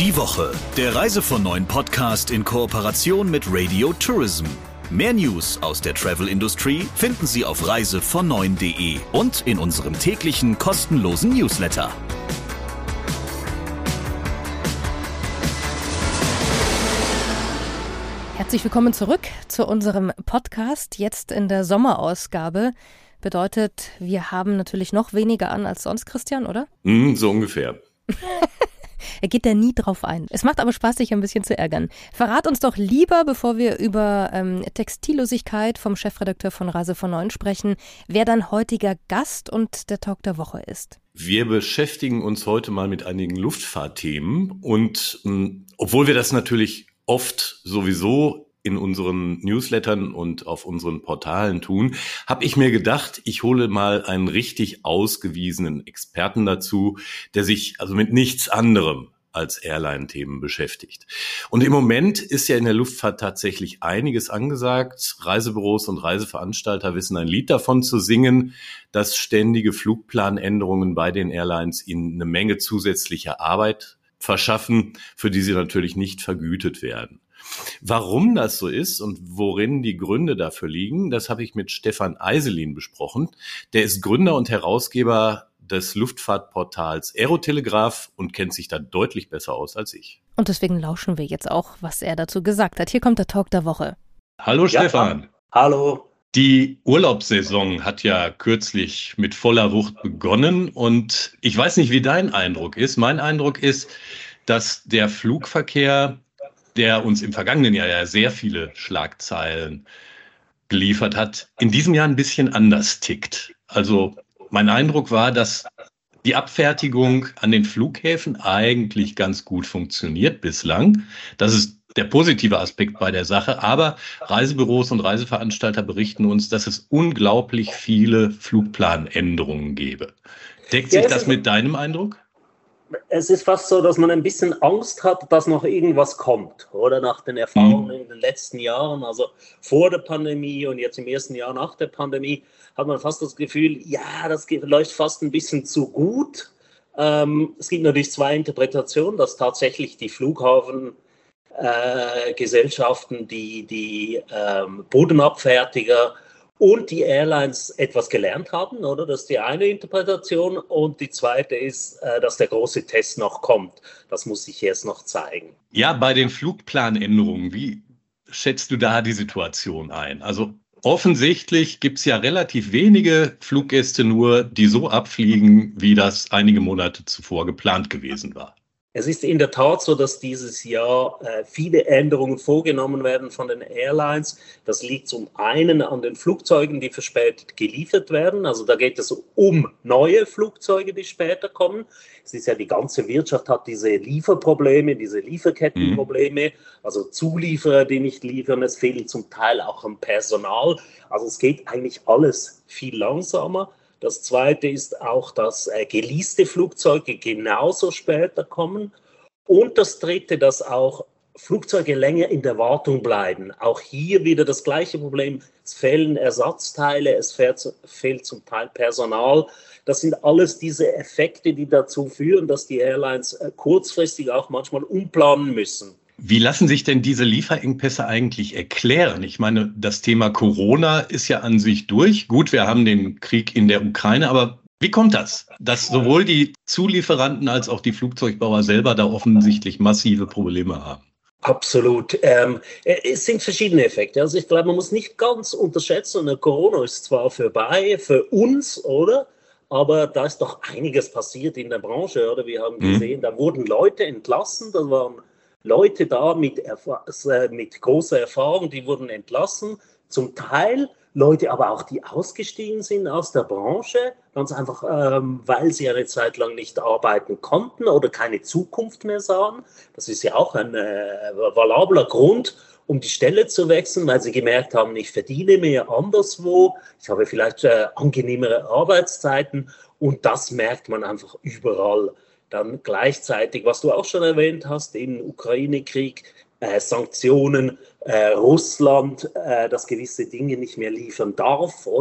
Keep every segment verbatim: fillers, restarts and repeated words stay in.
Die Woche, der Reise von neun Podcast in Kooperation mit Radio Tourism. Mehr News aus der Travel-Industrie finden Sie auf reise von neun punkt de und in unserem täglichen kostenlosen Newsletter. Herzlich willkommen zurück zu unserem Podcast, jetzt in der Sommerausgabe. Bedeutet, wir haben natürlich noch weniger an als sonst, Christian, oder? Mm, so ungefähr. Er geht da nie drauf ein. Es macht aber Spaß, sich ein bisschen zu ärgern. Verrat uns doch lieber, bevor wir über ähm, Textillosigkeit vom Chefredakteur von Reise von neun sprechen, wer dein heutiger Gast und der Talk der Woche ist. Wir beschäftigen uns heute mal mit einigen Luftfahrtthemen und mh, obwohl wir das natürlich oft sowieso in unseren Newslettern und auf unseren Portalen tun, habe ich mir gedacht, ich hole mal einen richtig ausgewiesenen Experten dazu, der sich also mit nichts anderem als Airline-Themen beschäftigt. Und im Moment ist ja in der Luftfahrt tatsächlich einiges angesagt. Reisebüros und Reiseveranstalter wissen ein Lied davon zu singen, dass ständige Flugplanänderungen bei den Airlines ihnen eine Menge zusätzlicher Arbeit verschaffen, für die sie natürlich nicht vergütet werden. Warum das so ist und worin die Gründe dafür liegen, das habe ich mit Stefan Eiselin besprochen. Der ist Gründer und Herausgeber des Luftfahrtportals Aerotelegraph und kennt sich da deutlich besser aus als ich. Und deswegen lauschen wir jetzt auch, was er dazu gesagt hat. Hier kommt der Talk der Woche. Hallo Stefan. Ja, hallo. Die Urlaubssaison hat ja kürzlich mit voller Wucht begonnen und ich weiß nicht, wie dein Eindruck ist. Mein Eindruck ist, dass der Flugverkehr, der uns im vergangenen Jahr ja sehr viele Schlagzeilen geliefert hat, in diesem Jahr ein bisschen anders tickt. Also mein Eindruck war, dass die Abfertigung an den Flughäfen eigentlich ganz gut funktioniert bislang. Das ist der positive Aspekt bei der Sache. Aber Reisebüros und Reiseveranstalter berichten uns, dass es unglaublich viele Flugplanänderungen gäbe. Deckt sich das mit deinem Eindruck? Es ist fast so, dass man ein bisschen Angst hat, dass noch irgendwas kommt, oder nach den Erfahrungen mhm. in den letzten Jahren, also vor der Pandemie und jetzt im ersten Jahr nach der Pandemie, hat man fast das Gefühl, ja, das läuft fast ein bisschen zu gut. Ähm, es gibt natürlich zwei Interpretationen, dass tatsächlich die Flughafengesellschaften, äh, die, die ähm, Bodenabfertiger und die Airlines etwas gelernt haben, oder? Das ist die eine Interpretation. Und die zweite ist, dass der große Test noch kommt. Das muss sich erst noch zeigen. Ja, bei den Flugplanänderungen, wie schätzt du da die Situation ein? Also offensichtlich gibt es ja relativ wenige Fluggäste nur, die so abfliegen, wie das einige Monate zuvor geplant gewesen war. Es ist in der Tat so, dass dieses Jahr äh, viele Änderungen vorgenommen werden von den Airlines. Das liegt zum einen an den Flugzeugen, die verspätet geliefert werden. Also da geht es um neue Flugzeuge, die später kommen. Es ist ja, die ganze Wirtschaft hat diese Lieferprobleme, diese Lieferkettenprobleme, mhm. also Zulieferer, die nicht liefern. Es fehlt zum Teil auch am Personal. Also es geht eigentlich alles viel langsamer. Das Zweite ist auch, dass äh, geleaste Flugzeuge genauso später kommen. Und das Dritte, dass auch Flugzeuge länger in der Wartung bleiben. Auch hier wieder das gleiche Problem. Es fehlen Ersatzteile, es fehlt, fehlt zum Teil Personal. Das sind alles diese Effekte, die dazu führen, dass die Airlines äh, kurzfristig auch manchmal umplanen müssen. Wie lassen sich denn diese Lieferengpässe eigentlich erklären? Ich meine, das Thema Corona ist ja an sich durch. Gut, wir haben den Krieg in der Ukraine, aber wie kommt das, dass sowohl die Zulieferanten als auch die Flugzeugbauer selber da offensichtlich massive Probleme haben? Absolut. Ähm, es sind verschiedene Effekte. Also ich glaube, man muss nicht ganz unterschätzen, Corona ist zwar vorbei für uns, oder? Aber da ist doch einiges passiert in der Branche, oder? Wir haben gesehen, mhm. da wurden Leute entlassen, das waren Leute da mit, mit großer Erfahrung, die wurden entlassen, zum Teil Leute aber auch, die ausgestiegen sind aus der Branche, ganz einfach, ähm, weil sie eine Zeit lang nicht arbeiten konnten oder keine Zukunft mehr sahen. Das ist ja auch ein äh, valabler Grund, um die Stelle zu wechseln, weil sie gemerkt haben, ich verdiene mehr anderswo, ich habe vielleicht äh, angenehmere Arbeitszeiten und das merkt man einfach überall. Dann gleichzeitig, was du auch schon erwähnt hast, im Ukraine-Krieg, äh, Sanktionen, äh, Russland, äh, das gewisse Dinge nicht mehr liefern darf, oder?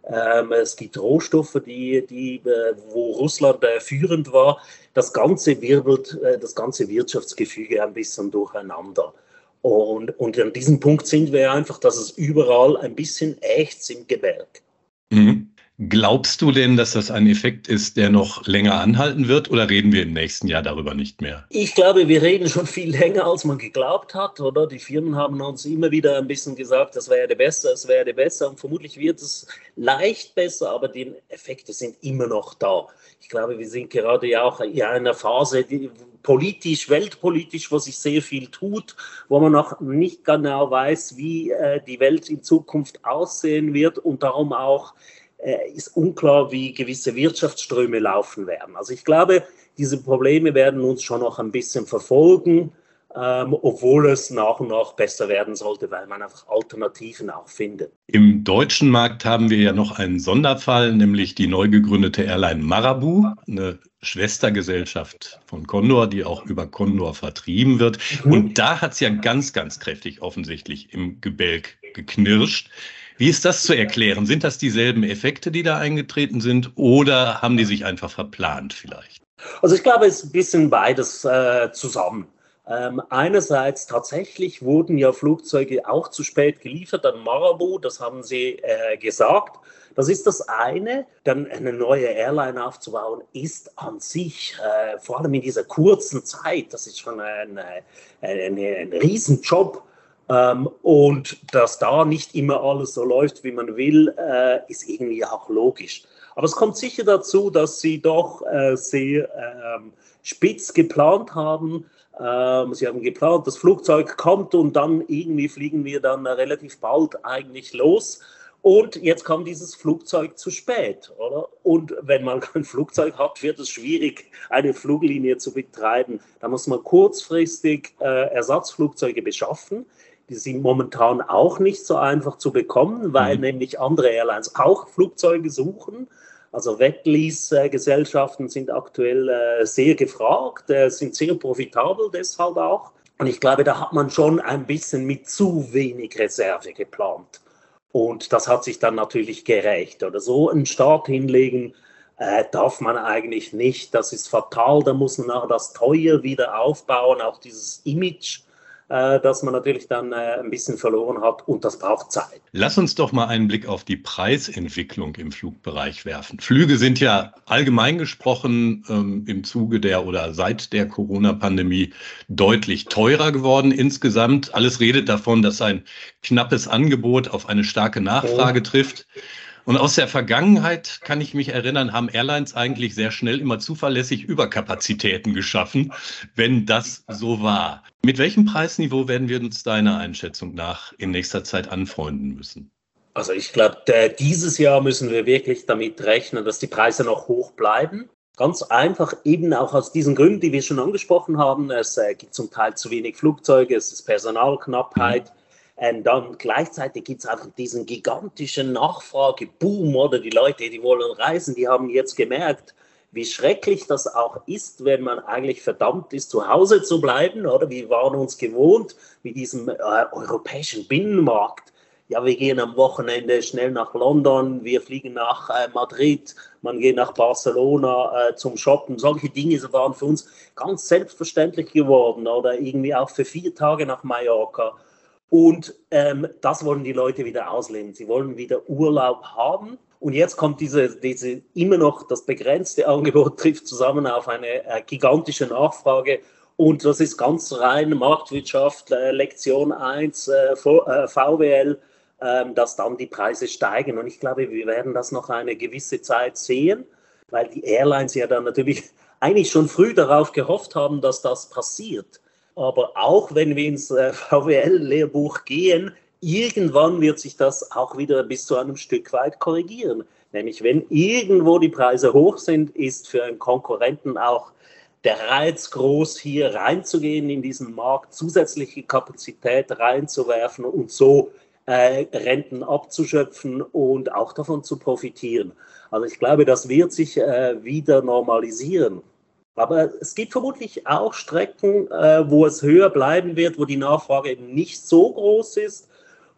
Ähm, es gibt Rohstoffe, die, die, äh, wo Russland äh, führend war. Das Ganze wirbelt äh, das ganze Wirtschaftsgefüge ein bisschen durcheinander. Und, und an diesem Punkt sind wir einfach, dass es überall ein bisschen ächzt im Gebälk. Mhm. Glaubst du denn, dass das ein Effekt ist, der noch länger anhalten wird, oder reden wir im nächsten Jahr darüber nicht mehr? Ich glaube, wir reden schon viel länger, als man geglaubt hat, oder? Die Firmen haben uns immer wieder ein bisschen gesagt, das wäre besser, es wäre besser, und vermutlich wird es leicht besser, aber die Effekte sind immer noch da. Ich glaube, wir sind gerade ja auch in einer Phase, die politisch, weltpolitisch, wo sich sehr viel tut, wo man noch nicht genau weiß, wie äh, die Welt in Zukunft aussehen wird, und darum auch äh, ist unklar, wie gewisse Wirtschaftsströme laufen werden. Also ich glaube, diese Probleme werden uns schon noch ein bisschen verfolgen, ähm, obwohl es nach und nach besser werden sollte, weil man einfach Alternativen auch findet. Im deutschen Markt haben wir ja noch einen Sonderfall, nämlich die neu gegründete Airline Marabu, eine Schwestergesellschaft von Condor, die auch über Condor vertrieben wird. Mhm. Und da hat es ja ganz, ganz kräftig offensichtlich im Gebälk geknirscht. Wie ist das zu erklären? Sind das dieselben Effekte, die da eingetreten sind, oder haben die sich einfach verplant vielleicht? Also ich glaube, es ist ein bisschen beides äh, zusammen. Ähm, einerseits tatsächlich wurden ja Flugzeuge auch zu spät geliefert an Marabu, das haben sie äh, gesagt. Das ist das eine. Dann eine neue Airline aufzubauen, ist an sich, äh, vor allem in dieser kurzen Zeit, das ist schon ein, ein, ein, ein Riesenjob. Ähm, und dass da nicht immer alles so läuft, wie man will, äh, ist irgendwie auch logisch. Aber es kommt sicher dazu, dass sie doch äh, sehr ähm, spitz geplant haben. Ähm, sie haben geplant, das Flugzeug kommt und dann irgendwie fliegen wir dann äh, relativ bald eigentlich los. Und jetzt kam dieses Flugzeug zu spät, oder? Und wenn man kein Flugzeug hat, wird es schwierig, eine Fluglinie zu betreiben. Da muss man kurzfristig äh, Ersatzflugzeuge beschaffen. Die sind momentan auch nicht so einfach zu bekommen, weil mhm. nämlich andere Airlines auch Flugzeuge suchen. Also Wetlease-Gesellschaften sind aktuell äh, sehr gefragt, äh, sind sehr profitabel deshalb auch. Und ich glaube, da hat man schon ein bisschen mit zu wenig Reserve geplant. Und das hat sich dann natürlich gerächt. Oder so einen Start hinlegen äh, darf man eigentlich nicht. Das ist fatal. Da muss man auch das teuer wieder aufbauen, auch dieses Image, dass man natürlich dann ein bisschen verloren hat, und das braucht Zeit. Lass uns doch mal einen Blick auf die Preisentwicklung im Flugbereich werfen. Flüge sind ja allgemein gesprochen ähm, im Zuge der oder seit der Corona-Pandemie deutlich teurer geworden insgesamt. Alles redet davon, dass ein knappes Angebot auf eine starke Nachfrage oh. trifft. Und aus der Vergangenheit kann ich mich erinnern, haben Airlines eigentlich sehr schnell immer zuverlässig Überkapazitäten geschaffen, wenn das so war. Mit welchem Preisniveau werden wir uns deiner Einschätzung nach in nächster Zeit anfreunden müssen? Also ich glaube, dieses Jahr müssen wir wirklich damit rechnen, dass die Preise noch hoch bleiben. Ganz einfach, eben auch aus diesen Gründen, die wir schon angesprochen haben. Es äh, gibt zum Teil zu wenig Flugzeuge, es ist Personalknappheit. Mhm. Und dann gleichzeitig gibt es einfach diesen gigantischen Nachfrageboom, oder die Leute, die wollen reisen, die haben jetzt gemerkt, wie schrecklich das auch ist, wenn man eigentlich verdammt ist, zu Hause zu bleiben, oder? Wir waren uns gewohnt mit diesem äh, europäischen Binnenmarkt. Ja, wir gehen am Wochenende schnell nach London, wir fliegen nach äh, Madrid, man geht nach Barcelona äh, zum Shoppen. Solche Dinge waren für uns ganz selbstverständlich geworden, oder irgendwie auch für vier Tage nach Mallorca. Und ähm, das wollen die Leute wieder ausleben. Sie wollen wieder Urlaub haben. Und jetzt kommt diese, diese immer noch das begrenzte Angebot, trifft zusammen auf eine äh, gigantische Nachfrage. Und das ist ganz rein Marktwirtschaft, äh, Lektion eins, äh, v, äh, V W L, äh, dass dann die Preise steigen. Und ich glaube, wir werden das noch eine gewisse Zeit sehen, weil die Airlines ja dann natürlich eigentlich schon früh darauf gehofft haben, dass das passiert. Aber auch wenn wir ins äh, V W L-Lehrbuch gehen, irgendwann wird sich das auch wieder bis zu einem Stück weit korrigieren. Nämlich wenn irgendwo die Preise hoch sind, ist für einen Konkurrenten auch der Reiz groß, hier reinzugehen in diesen Markt, zusätzliche Kapazität reinzuwerfen und so äh, Renten abzuschöpfen und auch davon zu profitieren. Also ich glaube, das wird sich äh, wieder normalisieren. Aber es gibt vermutlich auch Strecken, äh, wo es höher bleiben wird, wo die Nachfrage eben nicht so groß ist,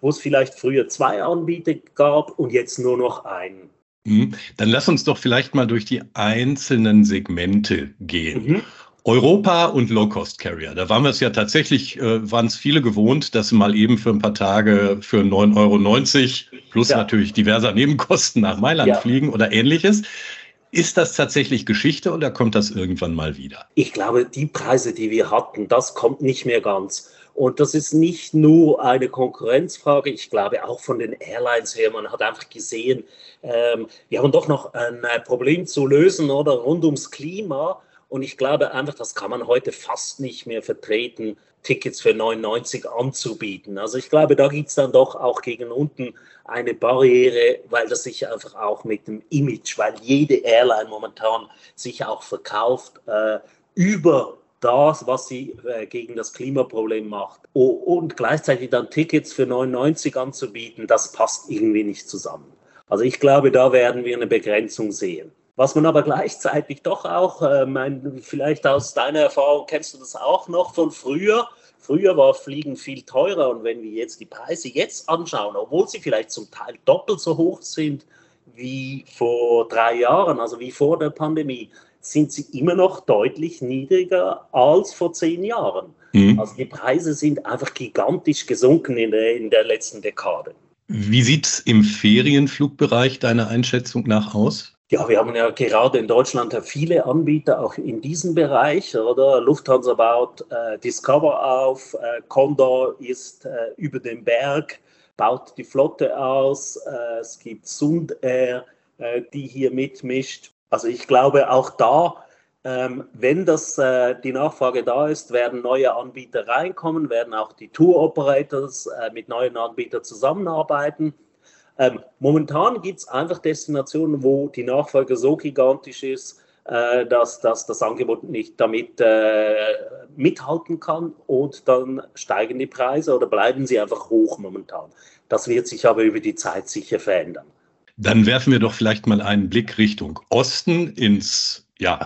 wo es vielleicht früher zwei Anbieter gab und jetzt nur noch einen. Dann lass uns doch vielleicht mal durch die einzelnen Segmente gehen. Mhm. Europa und Low-Cost-Carrier. Da waren wir es ja tatsächlich, äh, waren es viele gewohnt, dass sie mal eben für ein paar Tage für neun Euro neunzig plus ja. natürlich diverser Nebenkosten nach Mailand ja. fliegen oder Ähnliches. Ist das tatsächlich Geschichte oder kommt das irgendwann mal wieder? Ich glaube, die Preise, die wir hatten, das kommt nicht mehr ganz. Und das ist nicht nur eine Konkurrenzfrage, ich glaube auch von den Airlines her, man hat einfach gesehen, ähm, wir haben doch noch ein Problem zu lösen, oder, rund ums Klima. Und ich glaube einfach, das kann man heute fast nicht mehr vertreten, Tickets für neun neunzig anzubieten. Also ich glaube, da gibt es dann doch auch gegen unten eine Barriere, weil das sich einfach auch mit dem Image, weil jede Airline momentan sich auch verkauft äh, über das, was sie äh, gegen das Klimaproblem macht. Oh, und gleichzeitig dann Tickets für neun neunzig anzubieten, das passt irgendwie nicht zusammen. Also ich glaube, da werden wir eine Begrenzung sehen. Was man aber gleichzeitig doch auch, äh, mein, vielleicht aus deiner Erfahrung kennst du das auch noch von früher, früher war Fliegen viel teurer und wenn wir jetzt die Preise jetzt anschauen, obwohl sie vielleicht zum Teil doppelt so hoch sind wie vor drei Jahren, also wie vor der Pandemie, sind sie immer noch deutlich niedriger als vor zehn Jahren. Mhm. Also die Preise sind einfach gigantisch gesunken in der, in der letzten Dekade. Wie sieht es im Ferienflugbereich deiner Einschätzung nach aus? Ja, wir haben ja gerade in Deutschland viele Anbieter auch in diesem Bereich, oder? Lufthansa baut äh, Discover auf, äh, Condor ist äh, über den Berg, baut die Flotte aus, äh, es gibt Sund Air, äh, die hier mitmischt. Also ich glaube auch da, ähm, wenn das, äh, die Nachfrage da ist, werden neue Anbieter reinkommen, werden auch die Tour-Operators äh, mit neuen Anbietern zusammenarbeiten. Ähm, momentan gibt es einfach Destinationen, wo die Nachfrage so gigantisch ist, äh, dass, dass das Angebot nicht damit äh, mithalten kann und dann steigen die Preise oder bleiben sie einfach hoch momentan. Das wird sich aber über die Zeit sicher verändern. Dann werfen wir doch vielleicht mal einen Blick Richtung Osten ins ja,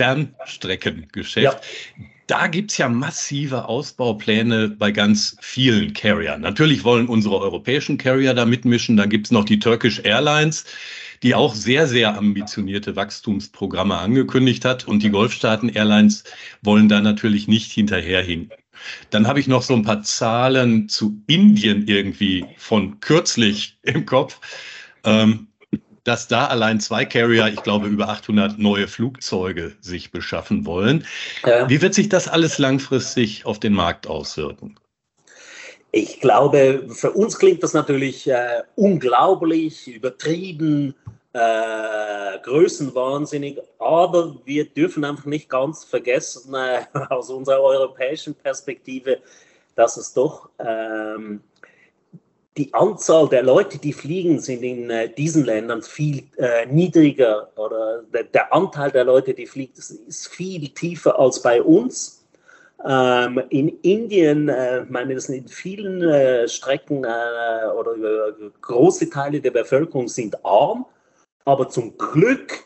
Fernstreckengeschäft. Ja. Da gibt es ja massive Ausbaupläne bei ganz vielen Carriern. Natürlich wollen unsere europäischen Carrier da mitmischen. Dann gibt es noch die Turkish Airlines, die auch sehr, sehr ambitionierte Wachstumsprogramme angekündigt hat. Und die Golfstaaten Airlines wollen da natürlich nicht hinterherhinken. Dann habe ich noch so ein paar Zahlen zu Indien irgendwie von kürzlich im Kopf. Ähm, dass da allein zwei Carrier, ich glaube, über achthundert neue Flugzeuge sich beschaffen wollen. Ja. Wie wird sich das alles langfristig auf den Markt auswirken? Ich glaube, für uns klingt das natürlich äh, unglaublich, übertrieben, äh, größenwahnsinnig, aber wir dürfen einfach nicht ganz vergessen, äh, aus unserer europäischen Perspektive, dass es doch ähm, die Anzahl der Leute, die fliegen, sind in äh, diesen Ländern viel äh, niedriger oder der, der Anteil der Leute, die fliegt, ist viel tiefer als bei uns. Ähm, in Indien, äh, meine, das sind in vielen äh, Strecken äh, oder äh, große Teile der Bevölkerung sind arm, aber zum Glück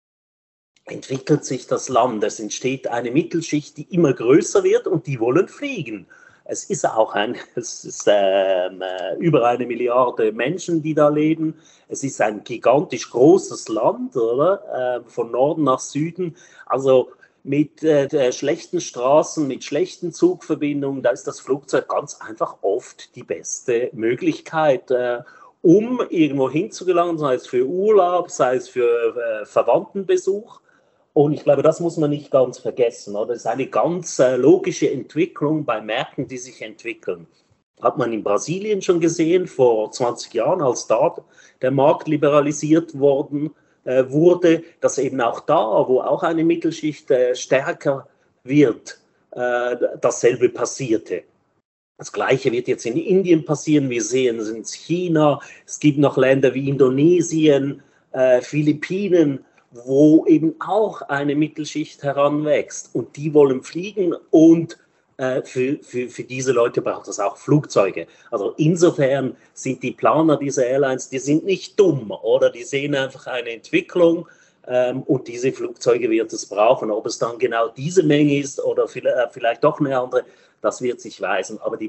entwickelt sich das Land. Es entsteht eine Mittelschicht, die immer größer wird und die wollen fliegen. Es ist auch ein, es ist ähm, über eine Milliarde Menschen, die da leben. Es ist ein gigantisch großes Land, oder? Äh, von Norden nach Süden. Also mit äh, schlechten Straßen, mit schlechten Zugverbindungen, da ist das Flugzeug ganz einfach oft die beste Möglichkeit, äh, um irgendwo hinzugelangen, sei es für Urlaub, sei es für äh, Verwandtenbesuch. Und ich glaube, das muss man nicht ganz vergessen. Oder? Das ist eine ganz äh, logische Entwicklung bei Märkten, die sich entwickeln. Hat man in Brasilien schon gesehen, vor zwanzig Jahren, als da der Markt liberalisiert worden äh, wurde, dass eben auch da, wo auch eine Mittelschicht äh, stärker wird, äh, dasselbe passierte. Das Gleiche wird jetzt in Indien passieren. Wir sehen es in China. Es gibt noch Länder wie Indonesien, äh, Philippinen, wo eben auch eine Mittelschicht heranwächst und die wollen fliegen und äh, für, für, für diese Leute braucht es auch Flugzeuge. Also insofern sind die Planer dieser Airlines, die sind nicht dumm, oder? Die sehen einfach eine Entwicklung ähm, und diese Flugzeuge wird es brauchen. Ob es dann genau diese Menge ist oder vielleicht, äh, vielleicht doch eine andere, das wird sich weisen. Aber die,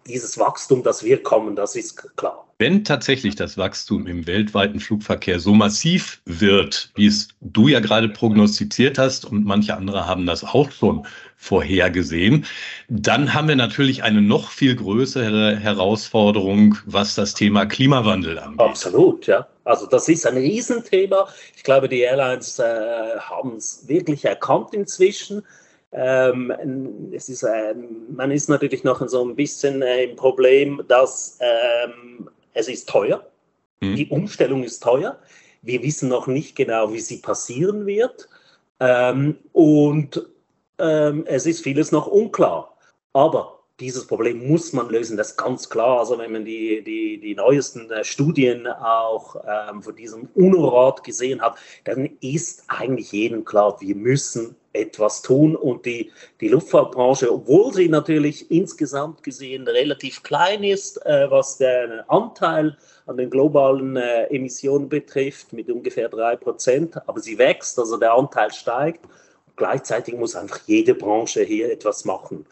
dieses Wachstum, das wird kommen, das ist klar. Wenn tatsächlich das Wachstum im weltweiten Flugverkehr so massiv wird, wie es du ja gerade prognostiziert hast und manche andere haben das auch schon vorhergesehen, dann haben wir natürlich eine noch viel größere Herausforderung, was das Thema Klimawandel angeht. Absolut, ja. Also das ist ein Riesenthema. Ich glaube, die Airlines äh, haben es wirklich erkannt inzwischen. Ähm, es ist, äh, man ist natürlich noch so ein bisschen äh, im Problem, dass ähm, es ist teuer. Mhm. Die Umstellung ist teuer. Wir wissen noch nicht genau, wie sie passieren wird. Ähm, und ähm, es ist vieles noch unklar. Aber dieses Problem muss man lösen, das ist ganz klar. Also wenn man die, die, die neuesten äh, Studien auch ähm, von diesem UNO-Rat gesehen hat, dann ist eigentlich jedem klar, wir müssen etwas tun. Und die, die Luftfahrtbranche, obwohl sie natürlich insgesamt gesehen relativ klein ist, äh, was den Anteil an den globalen äh, Emissionen betrifft, mit ungefähr drei Prozent, aber sie wächst, also der Anteil steigt. Und gleichzeitig muss einfach jede Branche hier etwas machen.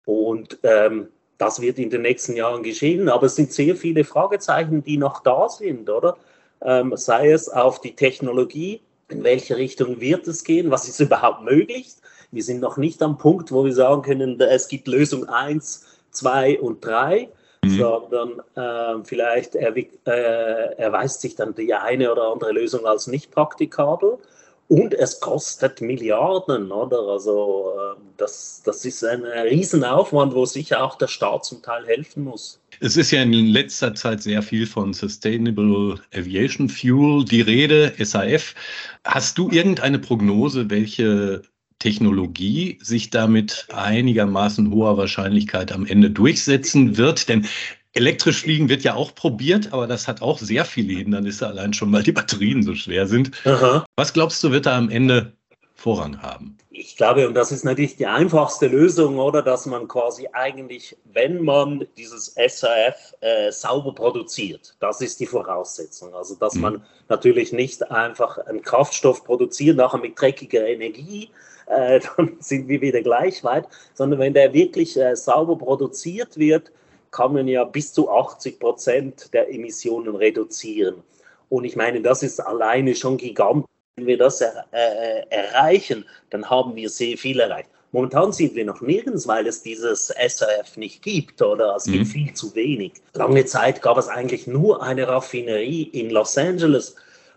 Und ähm, das wird in den nächsten Jahren geschehen, aber es sind sehr viele Fragezeichen, die noch da sind, oder? Ähm, sei es auf die Technologie, in welche Richtung wird es gehen, was ist überhaupt möglich? Wir sind noch nicht am Punkt, wo wir sagen können, es gibt Lösung eins, zwei und drei, mhm. sondern äh, vielleicht erw- äh, erweist sich dann die eine oder andere Lösung als nicht praktikabel. Und es kostet Milliarden, oder? Also das, das ist ein Riesenaufwand, wo sicher auch der Staat zum Teil helfen muss. Es ist ja in letzter Zeit sehr viel von Sustainable Aviation Fuel die Rede, S A F. Hast du irgendeine Prognose, welche Technologie sich da mit einigermaßen hoher Wahrscheinlichkeit am Ende durchsetzen wird? Denn elektrisch fliegen wird ja auch probiert, aber das hat auch sehr viele Hindernisse, allein schon, weil die Batterien so schwer sind. Aha. Was glaubst du, wird da am Ende Vorrang haben? Ich glaube, und das ist natürlich die einfachste Lösung, oder, dass man quasi eigentlich, wenn man dieses S A F äh, sauber produziert, das ist die Voraussetzung. Also, dass mhm. man natürlich nicht einfach einen Kraftstoff produziert, nachher mit dreckiger Energie, äh, dann sind wir wieder gleich weit, sondern wenn der wirklich äh, sauber produziert wird, kann man ja bis zu achtzig Prozent der Emissionen reduzieren. Und ich meine, das ist alleine schon gigantisch. Wenn wir das er, äh, erreichen, dann haben wir sehr viel erreicht. Momentan sind wir noch nirgends, weil es dieses S A F nicht gibt oder es gibt mhm. viel zu wenig. Lange Zeit gab es eigentlich nur eine Raffinerie in Los Angeles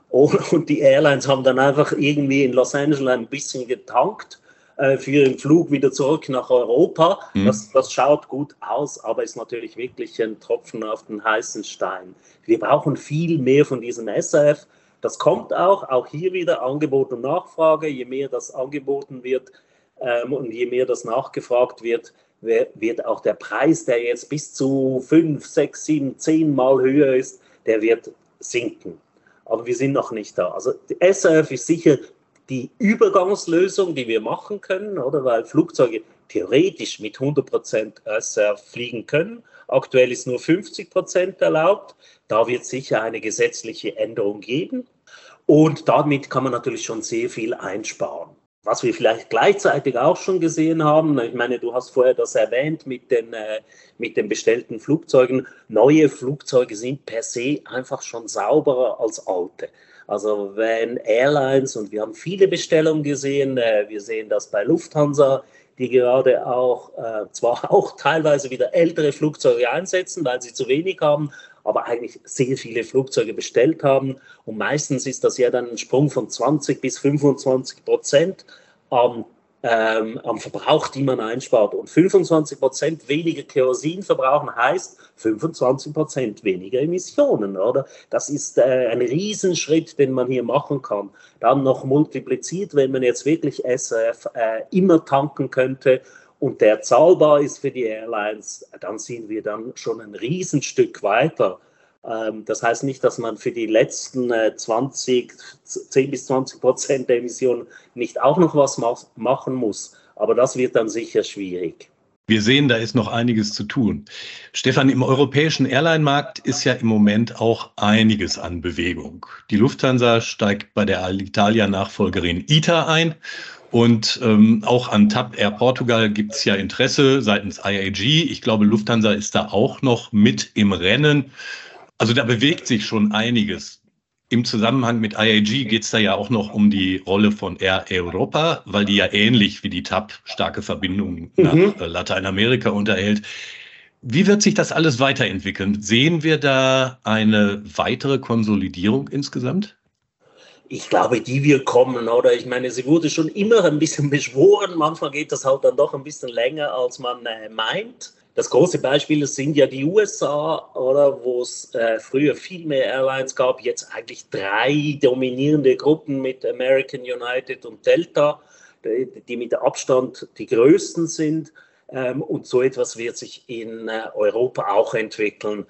und die Airlines haben dann einfach irgendwie in Los Angeles ein bisschen getankt für den Flug wieder zurück nach Europa. Mhm. Das, das schaut gut aus, aber ist natürlich wirklich ein Tropfen auf den heißen Stein. Wir brauchen viel mehr von diesem S A F. Das kommt auch, auch hier wieder Angebot und Nachfrage. Je mehr das angeboten wird ähm, und je mehr das nachgefragt wird, wird auch der Preis, der jetzt bis zu fünf, sechs, sieben, zehn Mal höher ist, der wird sinken. Aber wir sind noch nicht da. Also die S A F ist sicher die Übergangslösung, die wir machen können, oder? Weil Flugzeuge theoretisch mit hundert Prozent S A F fliegen können. Aktuell ist nur fünfzig Prozent erlaubt. Da wird es sicher eine gesetzliche Änderung geben. Und damit kann man natürlich schon sehr viel einsparen. Was wir vielleicht gleichzeitig auch schon gesehen haben, ich meine, du hast vorher das erwähnt mit den, äh, mit den bestellten Flugzeugen. Neue Flugzeuge sind per se einfach schon sauberer als alte. Also wenn Airlines, und wir haben viele Bestellungen gesehen, äh, wir sehen das bei Lufthansa, die gerade auch, äh, zwar auch teilweise wieder ältere Flugzeuge einsetzen, weil sie zu wenig haben, aber eigentlich sehr viele Flugzeuge bestellt haben. Und meistens ist das ja dann ein Sprung von zwanzig bis fünfundzwanzig Prozent am, ähm, am Verbrauch, die man einspart. Und fünfundzwanzig Prozent weniger Kerosin verbrauchen heißt fünfundzwanzig Prozent weniger Emissionen, oder? Das ist äh, ein Riesenschritt, den man hier machen kann. Dann noch multipliziert, wenn man jetzt wirklich S A F äh, immer tanken könnte und der zahlbar ist für die Airlines, dann sind wir dann schon ein Riesenstück weiter. Ähm, das heißt nicht, dass man für die letzten äh, zwanzig, zehn bis zwanzig Prozent der Emissionen nicht auch noch was ma- machen muss, aber das wird dann sicher schwierig. Wir sehen, da ist noch einiges zu tun. Stefan, im europäischen Airline-Markt ist ja im Moment auch einiges an Bewegung. Die Lufthansa steigt bei der Alitalia-Nachfolgerin I T A ein Und ähm, auch an TAP Air Portugal gibt es ja Interesse seitens I A G. Ich glaube, Lufthansa ist da auch noch mit im Rennen. Also da bewegt sich schon einiges. Im Zusammenhang mit I A G geht es da ja auch noch um die Rolle von Air Europa, weil die ja ähnlich wie die TAP starke Verbindungen nach mhm. Lateinamerika unterhält. Wie wird sich das alles weiterentwickeln? Sehen wir da eine weitere Konsolidierung insgesamt? Ich glaube, die wird kommen, oder? Ich meine, sie wurde schon immer ein bisschen beschworen. Manchmal geht das halt dann doch ein bisschen länger, als man äh, meint. Das große Beispiel sind ja die U S A, oder, wo es äh, früher viel mehr Airlines gab, jetzt eigentlich drei dominierende Gruppen mit American, United und Delta, die, die mit Abstand die größten sind. Ähm, und so etwas wird sich in äh, Europa auch entwickeln.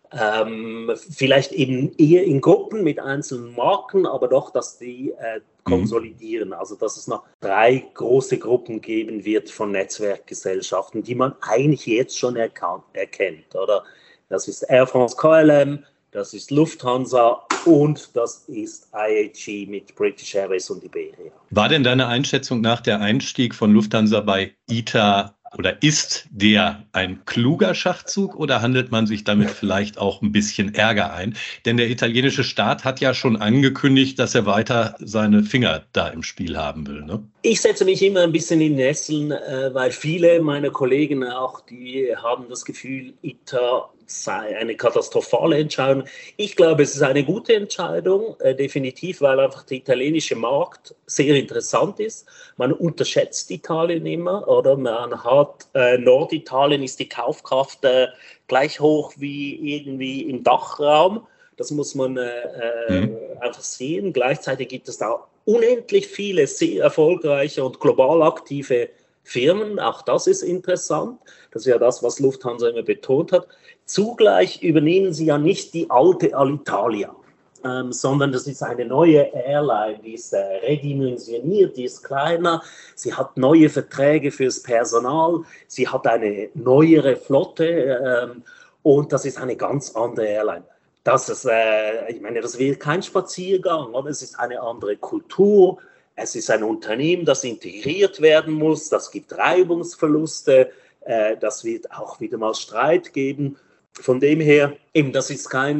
Ähm, vielleicht eben eher in Gruppen mit einzelnen Marken, aber doch, dass die äh, konsolidieren. Also, dass es noch drei große Gruppen geben wird von Netzwerkgesellschaften, die man eigentlich jetzt schon erkan- erkennt, oder? Das ist Air France K L M, das ist Lufthansa und das ist I A G mit British Airways und Iberia. War denn deine Einschätzung nach der Einstieg von Lufthansa bei I T A oder ist der ein kluger Schachzug oder handelt man sich damit vielleicht auch ein bisschen Ärger ein? Denn der italienische Staat hat ja schon angekündigt, dass er weiter seine Finger da im Spiel haben will, ne? Ich setze mich immer ein bisschen in Nesseln, weil viele meiner Kollegen auch, die haben das Gefühl, I T A sei eine katastrophale Entscheidung. Ich glaube, es ist eine gute Entscheidung, äh, definitiv, weil einfach der italienische Markt sehr interessant ist. Man unterschätzt Italien immer, oder? Man hat, äh, Norditalien ist die Kaufkraft äh, gleich hoch wie irgendwie im Dachraum. Das muss man äh, mhm. einfach sehen. Gleichzeitig gibt es da unendlich viele sehr erfolgreiche und global aktive Firmen. Auch das ist interessant. Das ist ja das, was Lufthansa immer betont hat. Zugleich übernehmen sie ja nicht die alte Alitalia, ähm, sondern das ist eine neue Airline, die ist äh, redimensioniert, die ist kleiner, sie hat neue Verträge fürs Personal, sie hat eine neuere Flotte ähm, und das ist eine ganz andere Airline. Das ist, äh, ich meine, das wird kein Spaziergang, oder? Es ist eine andere Kultur, es ist ein Unternehmen, das integriert werden muss, das gibt Reibungsverluste, äh, das wird auch wieder mal Streit geben. Von dem her, eben, das ist kein,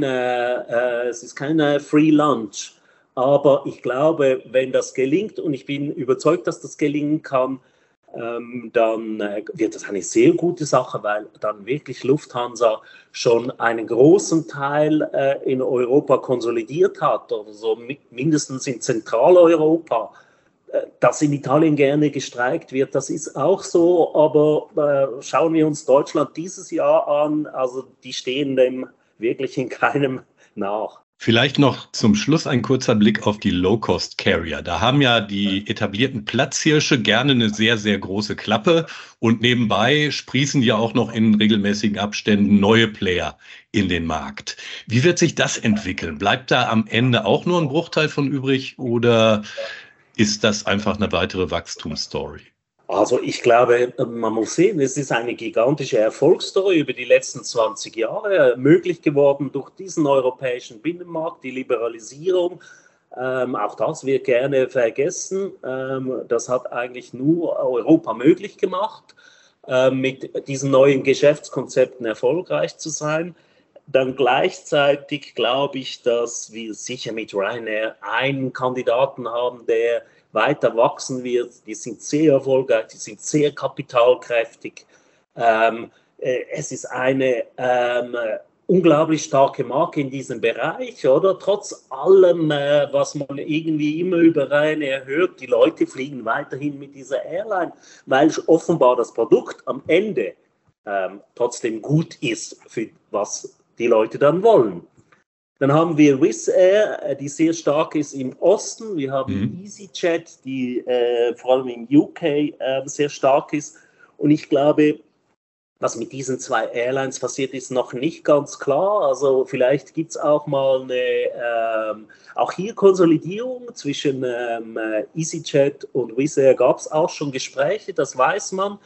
äh, es ist kein äh, Free Lunch. Aber ich glaube, wenn das gelingt, und ich bin überzeugt, dass das gelingen kann, ähm, dann äh, wird das eine sehr gute Sache, weil dann wirklich Lufthansa schon einen großen Teil äh, in Europa konsolidiert hat, oder so mit, mindestens in Zentraleuropa. Dass in Italien gerne gestreikt wird, das ist auch so, aber äh, schauen wir uns Deutschland dieses Jahr an, also die stehen dem wirklich in keinem nach. Vielleicht noch zum Schluss ein kurzer Blick auf die Low-Cost-Carrier. Da haben ja die etablierten Platzhirsche gerne eine sehr, sehr große Klappe und nebenbei sprießen ja auch noch in regelmäßigen Abständen neue Player in den Markt. Wie wird sich das entwickeln? Bleibt da am Ende auch nur ein Bruchteil von übrig oder ist das einfach eine weitere Wachstumsstory? Also ich glaube, man muss sehen, es ist eine gigantische Erfolgsstory über die letzten zwanzig Jahre, möglich geworden durch diesen europäischen Binnenmarkt, die Liberalisierung. Ähm, auch das wird gerne vergessen. Ähm, das hat eigentlich nur Europa möglich gemacht, äh, mit diesen neuen Geschäftskonzepten erfolgreich zu sein. Dann gleichzeitig glaube ich, dass wir sicher mit Ryanair einen Kandidaten haben, der weiter wachsen wird. Die sind sehr erfolgreich, die sind sehr kapitalkräftig. Ähm, äh, es ist eine ähm, unglaublich starke Marke in diesem Bereich, oder? Trotz allem, äh, was man irgendwie immer über Ryanair hört, die Leute fliegen weiterhin mit dieser Airline, weil offenbar das Produkt am Ende ähm, trotzdem gut ist, für was die Leute dann wollen. Dann haben wir Wizz Air, die sehr stark ist im Osten. Wir haben mhm. EasyJet, die äh, vor allem im U K äh, sehr stark ist. Und ich glaube, was mit diesen zwei Airlines passiert, ist noch nicht ganz klar. Also vielleicht gibt es auch mal eine, ähm, auch hier Konsolidierung zwischen ähm, EasyJet und Wizz Air. Gab es auch schon Gespräche, das weiß man.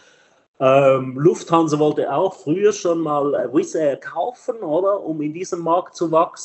Ähm, Lufthansa wollte auch früher schon mal Wizz Air kaufen, oder, um in diesem Markt zu wachsen.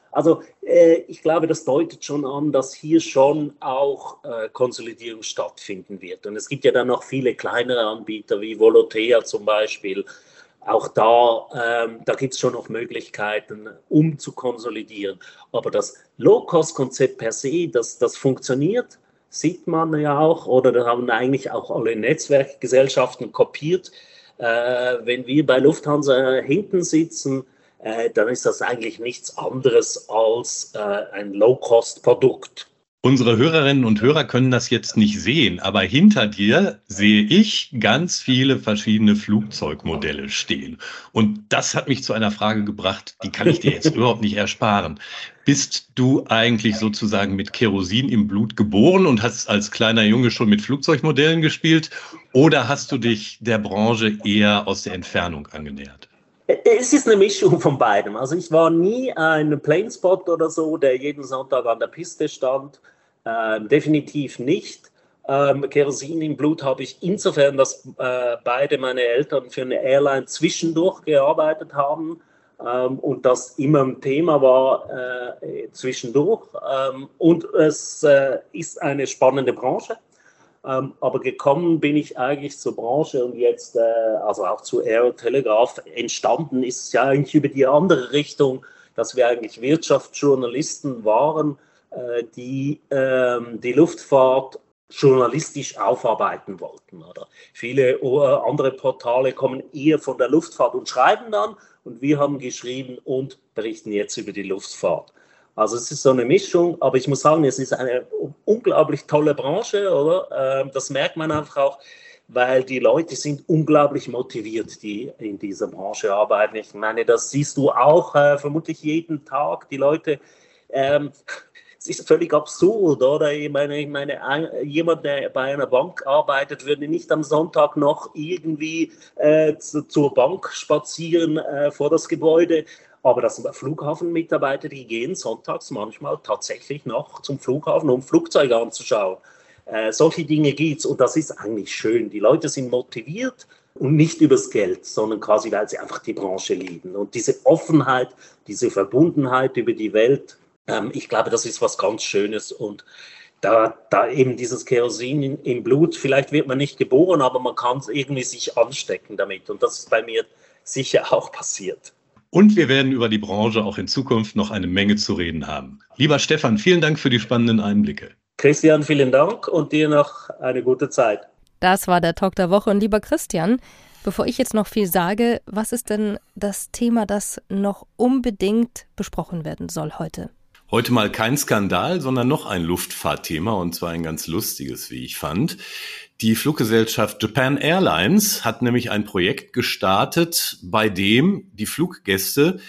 Also äh, ich glaube, das deutet schon an, dass hier schon auch äh, Konsolidierung stattfinden wird. Und es gibt ja dann noch viele kleinere Anbieter wie Volotea zum Beispiel. Auch da, ähm, da gibt es schon noch Möglichkeiten, um zu konsolidieren. Aber das Low-Cost-Konzept per se, das, das funktioniert, sieht man ja auch. Oder da haben eigentlich auch alle Netzwerkgesellschaften kopiert. Äh, wenn wir bei Lufthansa hinten sitzen, Äh, dann ist das eigentlich nichts anderes als äh, ein Low-Cost-Produkt. Unsere Hörerinnen und Hörer können das jetzt nicht sehen, aber hinter dir sehe ich ganz viele verschiedene Flugzeugmodelle stehen. Und das hat mich zu einer Frage gebracht, die kann ich dir jetzt überhaupt nicht ersparen. Bist du eigentlich sozusagen mit Kerosin im Blut geboren und hast als kleiner Junge schon mit Flugzeugmodellen gespielt? Oder hast du dich der Branche eher aus der Entfernung angenähert? Es ist eine Mischung von beidem. Also ich war nie ein Planespot oder so, der jeden Sonntag an der Piste stand. Ähm, definitiv nicht. Ähm, Kerosin im Blut habe ich insofern, dass äh, beide meine Eltern für eine Airline zwischendurch gearbeitet haben ähm, und das immer ein Thema war äh, zwischendurch. Ähm, und es äh, ist eine spannende Branche. Ähm, aber gekommen bin ich eigentlich zur Branche und jetzt, äh, also auch zu Air Telegraph, entstanden ist es ja eigentlich über die andere Richtung, dass wir eigentlich Wirtschaftsjournalisten waren, äh, die äh, die Luftfahrt journalistisch aufarbeiten wollten. Oder? Viele äh, andere Portale kommen eher von der Luftfahrt und schreiben dann und wir haben geschrieben und berichten jetzt über die Luftfahrt. Also es ist so eine Mischung, aber ich muss sagen, es ist eine unglaublich tolle Branche, oder? Das merkt man einfach auch, weil die Leute sind unglaublich motiviert, die in dieser Branche arbeiten. Ich meine, das siehst du auch äh, vermutlich jeden Tag. Die Leute, ähm, es ist völlig absurd, oder? Ich meine, ich meine, jemand, der bei einer Bank arbeitet, würde nicht am Sonntag noch irgendwie äh, zu, zur Bank spazieren äh, vor das Gebäude. Aber das sind Flughafenmitarbeiter, die gehen sonntags manchmal tatsächlich noch zum Flughafen, um Flugzeuge anzuschauen. Äh, solche Dinge gibt es und das ist eigentlich schön. Die Leute sind motiviert und nicht übers Geld, sondern quasi, weil sie einfach die Branche lieben. Und diese Offenheit, diese Verbundenheit über die Welt, ähm, ich glaube, das ist was ganz Schönes. Und da, da eben dieses Kerosin in, im Blut, vielleicht wird man nicht geboren, aber man kann irgendwie sich anstecken damit. Und das ist bei mir sicher auch passiert. Und wir werden über die Branche auch in Zukunft noch eine Menge zu reden haben. Lieber Stefan, vielen Dank für die spannenden Einblicke. Christian, vielen Dank und dir noch eine gute Zeit. Das war der Talk der Woche. Und lieber Christian, bevor ich jetzt noch viel sage, was ist denn das Thema, das noch unbedingt besprochen werden soll heute? Heute mal kein Skandal, sondern noch ein Luftfahrtthema, und zwar ein ganz lustiges, wie ich fand. Die Fluggesellschaft Japan Airlines hat nämlich ein Projekt gestartet, bei dem die Fluggäste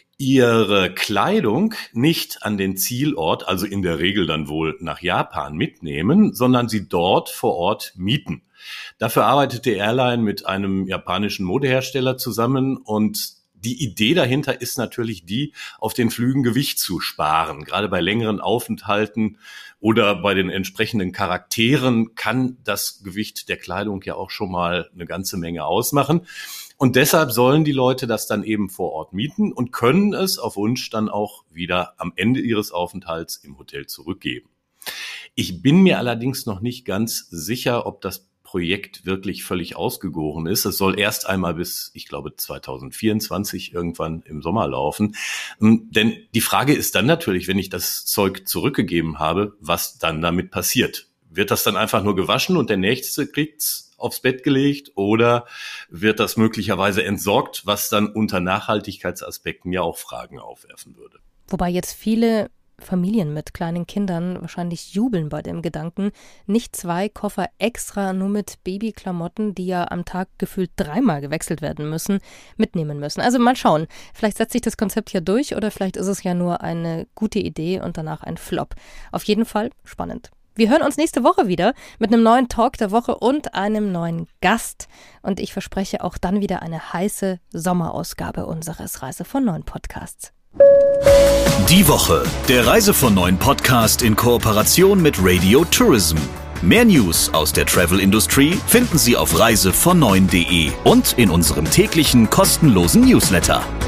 ihre Kleidung nicht an den Zielort, also in der Regel dann wohl nach Japan, mitnehmen, sondern sie dort vor Ort mieten. Dafür arbeitet die Airline mit einem japanischen Modehersteller zusammen und die Idee dahinter ist natürlich die, auf den Flügen Gewicht zu sparen. Gerade bei längeren Aufenthalten oder bei den entsprechenden Charakteren kann das Gewicht der Kleidung ja auch schon mal eine ganze Menge ausmachen. Und deshalb sollen die Leute das dann eben vor Ort mieten und können es auf Wunsch dann auch wieder am Ende ihres Aufenthalts im Hotel zurückgeben. Ich bin mir allerdings noch nicht ganz sicher, ob das Projekt wirklich völlig ausgegoren ist. Es soll erst einmal bis, ich glaube, zwanzig vierundzwanzig irgendwann im Sommer laufen. Denn die Frage ist dann natürlich, wenn ich das Zeug zurückgegeben habe, was dann damit passiert. Wird das dann einfach nur gewaschen und der Nächste kriegt's aufs Bett gelegt oder wird das möglicherweise entsorgt, was dann unter Nachhaltigkeitsaspekten ja auch Fragen aufwerfen würde? Wobei jetzt viele Familien mit kleinen Kindern wahrscheinlich jubeln bei dem Gedanken, nicht zwei Koffer extra nur mit Babyklamotten, die ja am Tag gefühlt dreimal gewechselt werden müssen, mitnehmen müssen. Also mal schauen, vielleicht setzt sich das Konzept ja durch oder vielleicht ist es ja nur eine gute Idee und danach ein Flop. Auf jeden Fall spannend. Wir hören uns nächste Woche wieder mit einem neuen Talk der Woche und einem neuen Gast. Und ich verspreche auch dann wieder eine heiße Sommerausgabe unseres Reise von neun Podcasts. Die Woche, der Reise von neun Podcast in Kooperation mit Radio Tourism. Mehr News aus der Travel Industry finden Sie auf reise von neun punkt de und in unserem täglichen kostenlosen Newsletter.